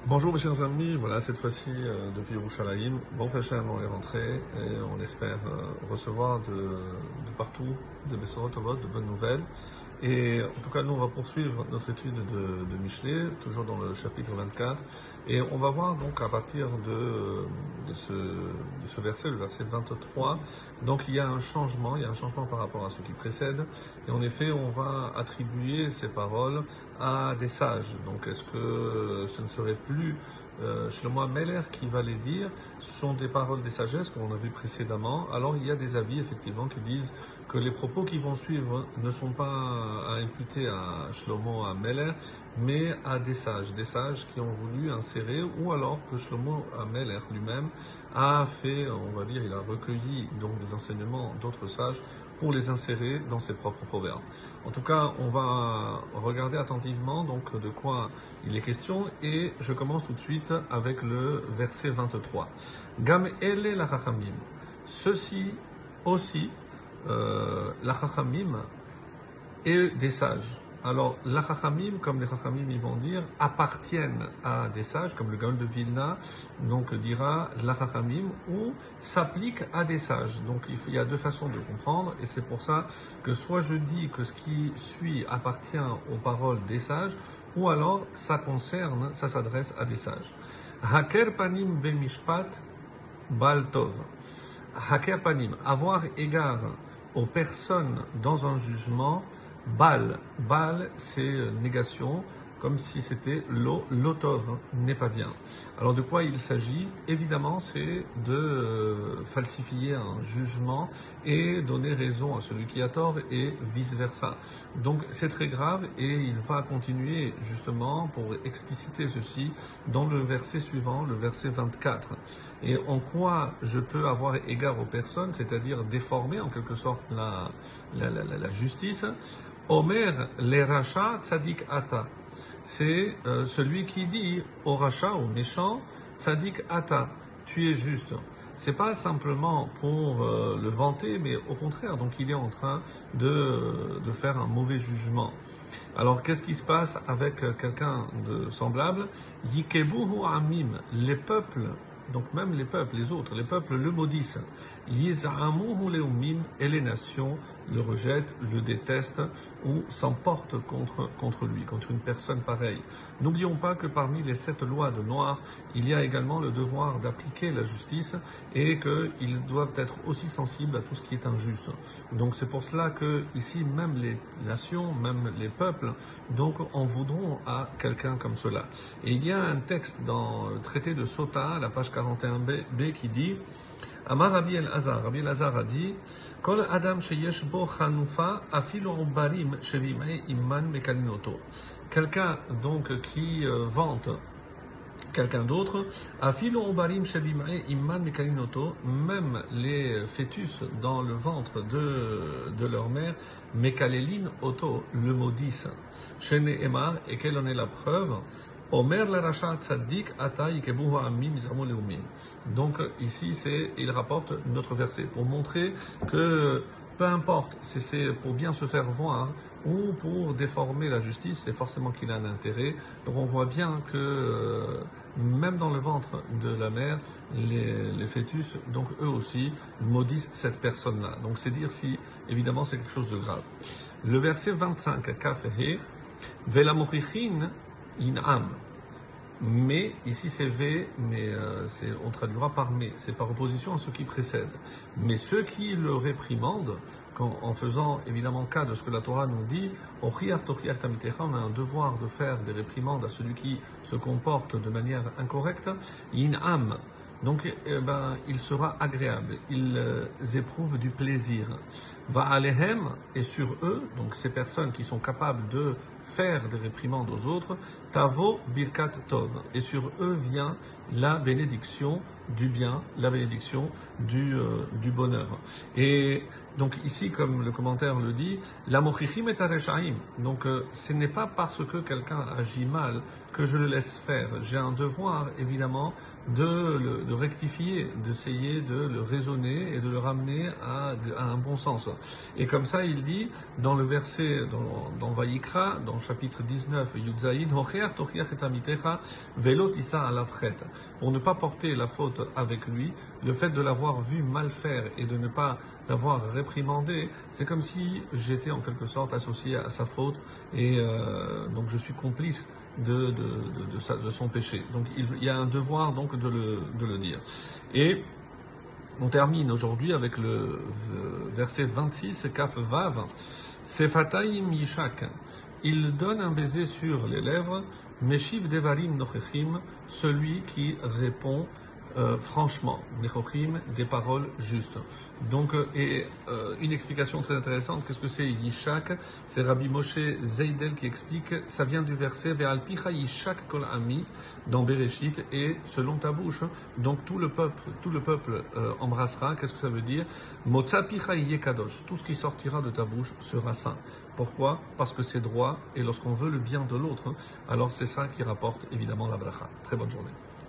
Bonjour mes chers amis, voilà cette fois-ci depuis Yerushalayim, bon Hachem, on est rentré et on espère recevoir de partout des Bessorot Tovot, de bonnes nouvelles. Et en tout cas, nous on va poursuivre notre étude de Michelet, toujours dans le chapitre 24, et on va voir donc à partir de ce verset, le verset 23, donc il y a un changement par rapport à ce qui précède, et en effet on va attribuer ces paroles à des sages. Donc est-ce que ce ne serait plus Shlomo Ameler qui va les dire? Ce sont des paroles des sagesses qu'on a vu précédemment. Alors il y a des avis effectivement qui disent que les propos qui vont suivre ne sont pas à imputer à Shlomo Ameler, mais à des sages qui ont voulu insérer, ou alors que Shlomo Ameler lui-même a fait, on va dire, il a recueilli donc des enseignements d'autres sages pour les insérer dans ses propres proverbes. En tout cas, on va regarder attentivement donc de quoi il est question, et je commence tout de suite avec le verset 23. Gam ele la chachamim. Ceci aussi, la chachamim et des sages. Alors, la chachamim, comme les chachamim ils vont dire, appartiennent à des sages, comme le Gaon de Vilna, donc dira la chachamim, ou s'applique à des sages. Donc, il y a deux façons de comprendre, et c'est pour ça que soit je dis que ce qui suit appartient aux paroles des sages, ou alors ça s'adresse à des sages. Haker panim bemishpat bal tov. Haker panim, avoir égard aux personnes dans un jugement. Bal, c'est négation, comme si c'était l'otov, n'est pas bien. Alors de quoi il s'agit? Évidemment, c'est de falsifier un jugement et donner raison à celui qui a tort et vice-versa. Donc c'est très grave, et il va continuer justement pour expliciter ceci dans le verset suivant, le verset 24. Et en quoi je peux avoir égard aux personnes, c'est-à-dire déformer en quelque sorte la justice. Omer les rachats tzadik ata. C'est celui qui dit au rachat, au méchant, tzadik ata, tu es juste. C'est pas simplement pour le vanter, mais au contraire, donc il est en train de faire un mauvais jugement. Alors qu'est-ce qui se passe avec quelqu'un de semblable? Yikebuhu amim, les peuples, donc même les peuples, les autres, les peuples le maudissent. Yiz'amuhu leumim, et les nations le rejettent, le détestent ou s'emportent contre lui, contre une personne pareille. N'oublions pas que parmi les 7 lois de Noir, il y a également le devoir d'appliquer la justice, et qu'ils doivent être aussi sensibles à tout ce qui est injuste. Donc c'est pour cela que ici, même les nations, même les peuples, donc en voudront à quelqu'un comme cela. Et il y a un texte dans le traité de Sota, la page 41b, qui dit Amar Rabbi Elazar a dit Kol Adam sheyesh bo chanufa afilu ubarim shevimei imman mekalinoto. Quelqu'un donc qui vante quelqu'un d'autre, afilu ubarim shevimei imman mekalinoto, même les fœtus dans le ventre de leur mère, mekalelin oto, le maudissent. Shene Emar, et quelle en est la preuve? Omer la rachat tzaddik ata yikebuhu amim izramu leumim. Donc ici il rapporte notre verset pour montrer que peu importe si c'est pour bien se faire voir ou pour déformer la justice, c'est forcément qu'il a un intérêt. Donc on voit bien que même dans le ventre de la mère, les fœtus, donc eux aussi, maudissent cette personne-là. Donc c'est dire si évidemment c'est quelque chose de grave. Le verset 25, Kaf He, Vela Mochichin In'am. Mais, ici c'est V, mais on traduira par mais, c'est par opposition à ce qui précède. Mais ceux qui le réprimandent, en faisant évidemment cas de ce que la Torah nous dit, on a un devoir de faire des réprimandes à celui qui se comporte de manière incorrecte, in'am. Donc, il sera agréable, ils éprouvent du plaisir. Va alehem, et sur eux, donc ces personnes qui sont capables de faire des réprimandes aux autres, tavo birkat tov, et sur eux vient la bénédiction du bien, la bénédiction du bonheur. Et donc ici, comme le commentaire le dit, la mochichim et areshaim. Donc ce n'est pas parce que quelqu'un agit mal que je le laisse faire. J'ai un devoir, évidemment, de rectifier, d'essayer de le raisonner et de le ramener à un bon sens. Et comme ça, il dit, dans le verset, dans Vayikra, dans dans le chapitre 19, Yudzaïn, Hocher tochiach et amitecha, velot issa alavchet. Pour ne pas porter la faute avec lui, le fait de l'avoir vu mal faire et de ne pas l'avoir réprimandé, c'est comme si j'étais en quelque sorte associé à sa faute et donc je suis complice de son péché. Donc il y a un devoir donc de le dire. Et on termine aujourd'hui avec le verset 26, Kaf Vav, Sefataim Yishak. Il donne un baiser sur les lèvres, Meshiv Devarim Nochechim, celui qui répond franchement, Nechochim, des paroles justes. Donc, une explication très intéressante, qu'est-ce que c'est Yishak? C'est Rabbi Moshe Zeidel qui explique, ça vient du verset Ve'al picha Yishak kol ami dans Bereshit, et selon ta bouche, donc tout le peuple embrassera. Qu'est-ce que ça veut dire? Motza picha yekadosh, tout ce qui sortira de ta bouche sera saint. Pourquoi? Parce que c'est droit, et lorsqu'on veut le bien de l'autre, alors c'est ça qui rapporte évidemment la bracha. Très bonne journée.